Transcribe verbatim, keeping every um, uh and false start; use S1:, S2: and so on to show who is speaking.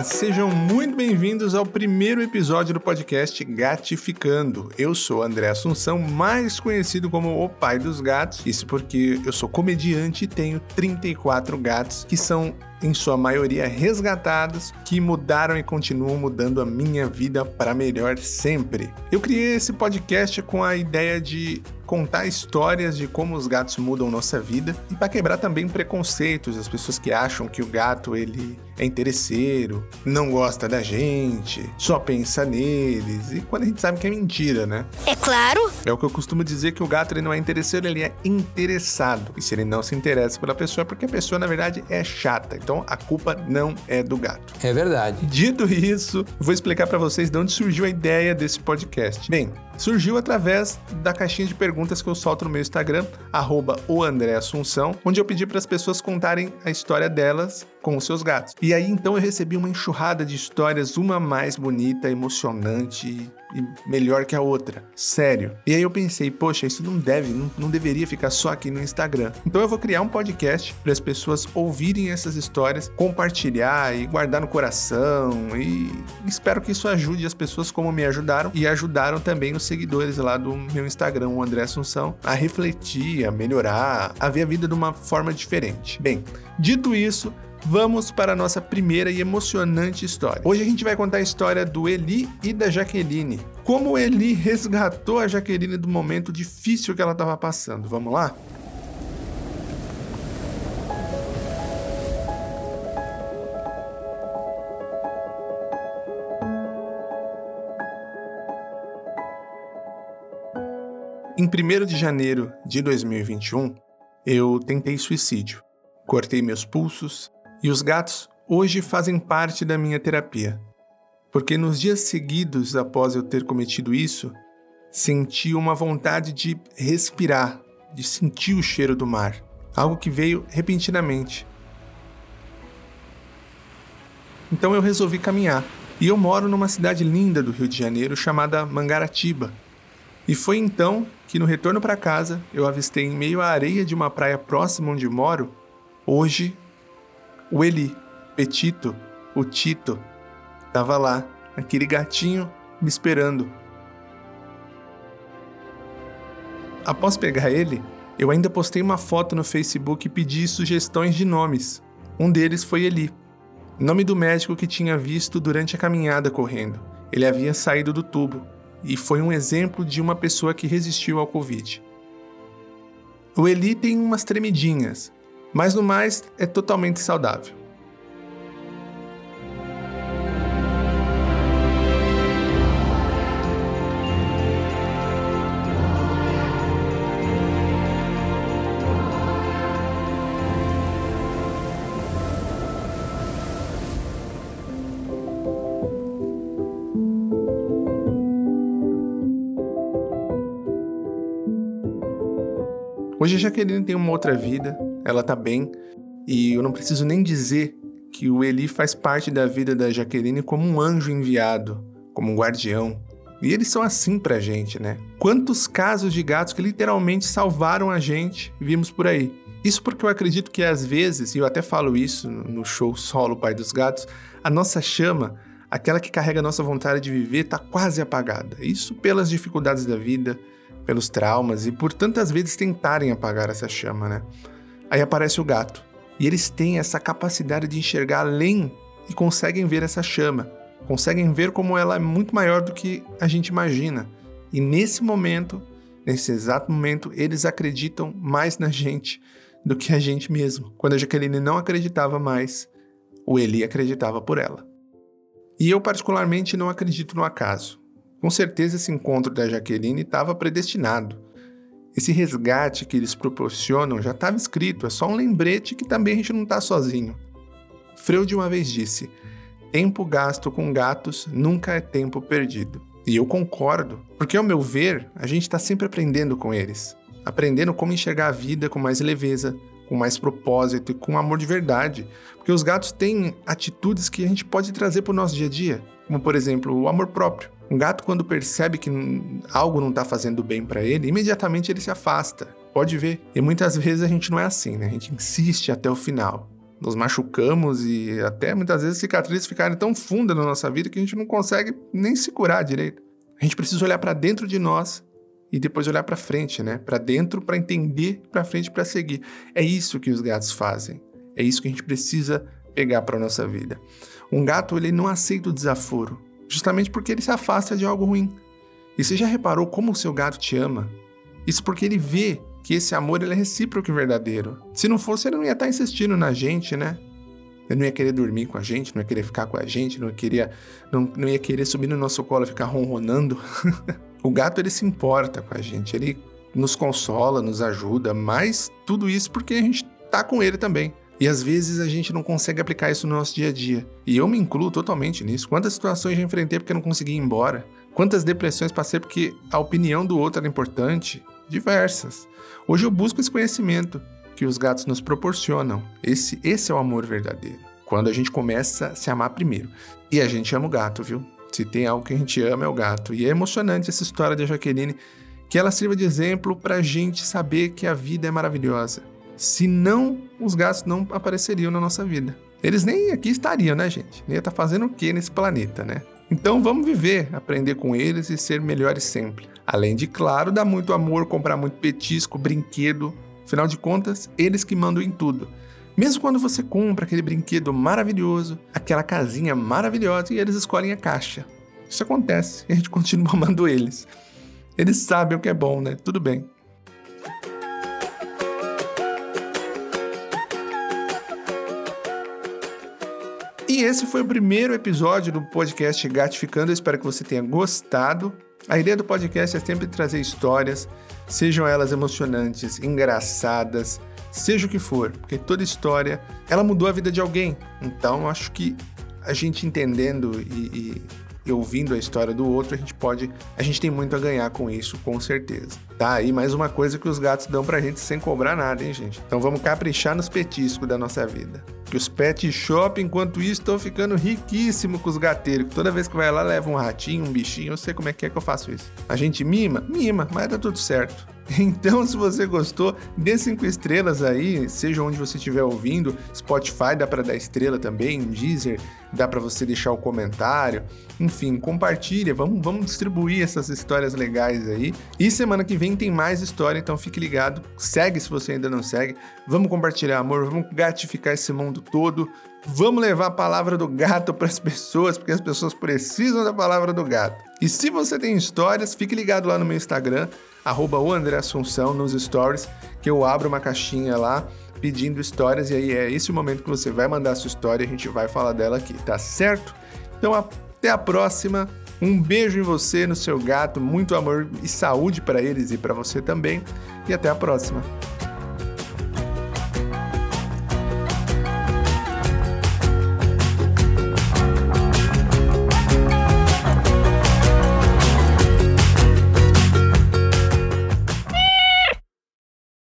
S1: Olá, sejam muito bem-vindos ao primeiro episódio do podcast Gatificando. Eu sou André Assunção, mais conhecido como o pai dos gatos. Isso porque eu sou comediante e tenho trinta e quatro gatos que são, em sua maioria, resgatados, que mudaram e continuam mudando a minha vida para melhor sempre. Eu criei esse podcast com a ideia de contar histórias de como os gatos mudam nossa vida e para quebrar também preconceitos, as pessoas que acham que o gato ele é interesseiro, não gosta da gente, só pensa neles, e quando a gente sabe que é mentira, né?
S2: É claro!
S1: É o que eu costumo dizer, que o gato ele não é interesseiro, ele é interessado. E se ele não se interessa pela pessoa é porque a pessoa, na verdade, é chata. Então, a culpa não é do gato.
S3: É verdade.
S1: Dito isso, eu vou explicar para vocês de onde surgiu a ideia desse podcast. Bem, surgiu através da caixinha de perguntas que eu solto no meu Instagram, arroba o André Assunção, onde eu pedi para as pessoas contarem a história delas com os seus gatos. E aí, então, eu recebi uma enxurrada de histórias, uma mais bonita, emocionante e melhor que a outra. Sério. E aí eu pensei, poxa, isso não deve, não, não deveria ficar só aqui no Instagram. Então eu vou criar um podcast para as pessoas ouvirem essas histórias, compartilhar e guardar no coração, e espero que isso ajude as pessoas como me ajudaram e ajudaram também os seguidores lá do meu Instagram, o André Assunção, a refletir, a melhorar, a ver a vida de uma forma diferente. Bem, dito isso, vamos para a nossa primeira e emocionante história. Hoje a gente vai contar a história do Eli e da Jaqueline. Como o Eli resgatou a Jaqueline do momento difícil que ela estava passando. Vamos lá? Em primeiro de janeiro de dois mil e vinte e um, eu tentei suicídio. Cortei meus pulsos. E os gatos hoje fazem parte da minha terapia, porque nos dias seguidos após eu ter cometido isso, senti uma vontade de respirar, de sentir o cheiro do mar, algo que veio repentinamente. Então eu resolvi caminhar, e eu moro numa cidade linda do Rio de Janeiro chamada Mangaratiba. E foi então que no retorno para casa eu avistei em meio à areia de uma praia próxima onde moro, hoje, o Eli, Petito, o Tito, estava lá, aquele gatinho, me esperando. Após pegar ele, eu ainda postei uma foto no Facebook e pedi sugestões de nomes. Um deles foi Eli, nome do médico que tinha visto durante a caminhada correndo. Ele havia saído do tubo e foi um exemplo de uma pessoa que resistiu ao Covid. O Eli tem umas tremidinhas, mas no mais é totalmente saudável. Hoje a Jaqueline tem uma outra vida, ela tá bem, e eu não preciso nem dizer que o Eli faz parte da vida da Jaqueline como um anjo enviado, como um guardião. E eles são assim pra gente, né? Quantos casos de gatos que literalmente salvaram a gente vimos por aí. Isso porque eu acredito que às vezes, e eu até falo isso no show solo Pai dos Gatos, a nossa chama, aquela que carrega a nossa vontade de viver, tá quase apagada. Isso pelas dificuldades da vida, pelos traumas e por tantas vezes tentarem apagar essa chama, né? Aí aparece o gato, e eles têm essa capacidade de enxergar além e conseguem ver essa chama, conseguem ver como ela é muito maior do que a gente imagina. E nesse momento, nesse exato momento, eles acreditam mais na gente do que a gente mesmo. Quando a Jaqueline não acreditava mais, o Eli acreditava por ela. E eu particularmente não acredito no acaso. Com certeza esse encontro da Jaqueline estava predestinado. Esse resgate que eles proporcionam já estava escrito, é só um lembrete que também a gente não está sozinho. Freud uma vez disse, tempo gasto com gatos nunca é tempo perdido. E eu concordo, porque ao meu ver, a gente está sempre aprendendo com eles. Aprendendo como enxergar a vida com mais leveza, com mais propósito e com amor de verdade. Porque os gatos têm atitudes que a gente pode trazer para o nosso dia a dia, como por exemplo, o amor próprio. Um gato, quando percebe que algo não está fazendo bem para ele, imediatamente ele se afasta. Pode ver. E muitas vezes a gente não é assim, né? A gente insiste até o final. nos machucamos e até muitas vezes cicatrizes ficarem tão fundas na nossa vida que a gente não consegue nem se curar direito. A gente precisa olhar para dentro de nós e depois olhar para frente, né? Para dentro, para entender, para frente, para seguir. É isso que os gatos fazem. É isso que a gente precisa pegar para nossa vida. Um gato, ele não aceita o desaforo, justamente porque ele se afasta de algo ruim. E você já reparou como o seu gato te ama? Isso porque ele vê que esse amor ele é recíproco e verdadeiro. Se não fosse, ele não ia estar insistindo na gente, né? Ele não ia querer dormir com a gente, não ia querer ficar com a gente, não ia querer, não, não ia querer subir no nosso colo e ficar ronronando. O gato, ele se importa com a gente, ele nos consola, nos ajuda, mas tudo isso porque a gente tá com ele também. E às vezes a gente não consegue aplicar isso no nosso dia a dia. E eu me incluo totalmente nisso. Quantas situações já enfrentei porque não consegui ir embora? Quantas depressões passei porque a opinião do outro era importante? Diversas. Hoje eu busco esse conhecimento que os gatos nos proporcionam. Esse, esse é o amor verdadeiro. Quando a gente começa a se amar primeiro. E a gente ama o gato, viu? Se tem algo que a gente ama é o gato. E é emocionante essa história da Jaqueline, que ela sirva de exemplo pra gente saber que a vida é maravilhosa. Senão, os gatos não apareceriam na nossa vida. Eles nem aqui estariam, né, gente? Nem ia estar fazendo o quê nesse planeta, né? Então vamos viver, aprender com eles e ser melhores sempre. Além de, claro, dar muito amor, comprar muito petisco, brinquedo. Afinal de contas, eles que mandam em tudo. Mesmo quando você compra aquele brinquedo maravilhoso, aquela casinha maravilhosa e eles escolhem a caixa. Isso acontece e a gente continua amando eles. Eles sabem o que é bom, né? Tudo bem. E esse foi o primeiro episódio do podcast Gatificando. Eu espero que você tenha gostado. A ideia do podcast é sempre trazer histórias, sejam elas emocionantes, engraçadas, seja o que for, porque toda história, ela mudou a vida de alguém. Então, acho que a gente entendendo e, e, e ouvindo a história do outro, a gente pode, a gente tem muito a ganhar com isso, com certeza. Tá aí mais uma coisa que os gatos dão pra gente sem cobrar nada, hein, gente? Então vamos caprichar nos petiscos da nossa vida. Que os pet shop, enquanto isso, estão ficando riquíssimos com os gateiros. Toda vez que vai lá, leva um ratinho, um bichinho. Eu sei como é que é que eu faço isso. A gente mima? Mima, mas dá tudo certo. Então, se você gostou, dê cinco estrelas aí, seja onde você estiver ouvindo. Spotify dá para dar estrela também, Deezer dá para você deixar o comentário. Enfim, compartilha, vamos, vamos distribuir essas histórias legais aí. E semana que vem tem mais história, então fique ligado. Segue se você ainda não segue. Vamos compartilhar amor, vamos gatificar esse mundo todo. Vamos levar a palavra do gato para as pessoas, porque as pessoas precisam da palavra do gato. E se você tem histórias, fique ligado lá no meu Instagram, arroba o André Assunção, nos stories, que eu abro uma caixinha lá pedindo histórias, e aí é esse o momento que você vai mandar a sua história e a gente vai falar dela aqui, tá certo? Então até a próxima, um beijo em você, no seu gato, muito amor e saúde para eles e para você também, e até a próxima.